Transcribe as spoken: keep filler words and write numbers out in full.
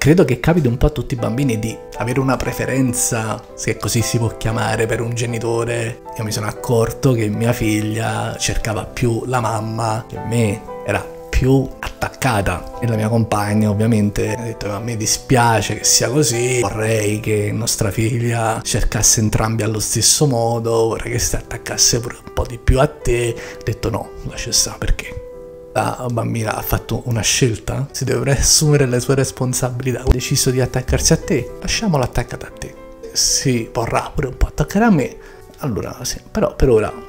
credo che capiti un po' a tutti i bambini di avere una preferenza, se così si può chiamare, per un genitore. Io mi sono accorto che mia figlia cercava più la mamma che me, era più attaccata, e la mia compagna ovviamente ha detto: a me dispiace che sia così, vorrei che nostra figlia cercasse entrambi allo stesso modo, vorrei che si attaccasse pure un po' di più a te. Ho detto no, lascia stare, perché la bambina ha fatto una scelta, si deve assumere le sue responsabilità, ha deciso di attaccarsi a te, lasciamola attaccata a te, si vorrà pure un po' attaccare a me, allora sì, però per ora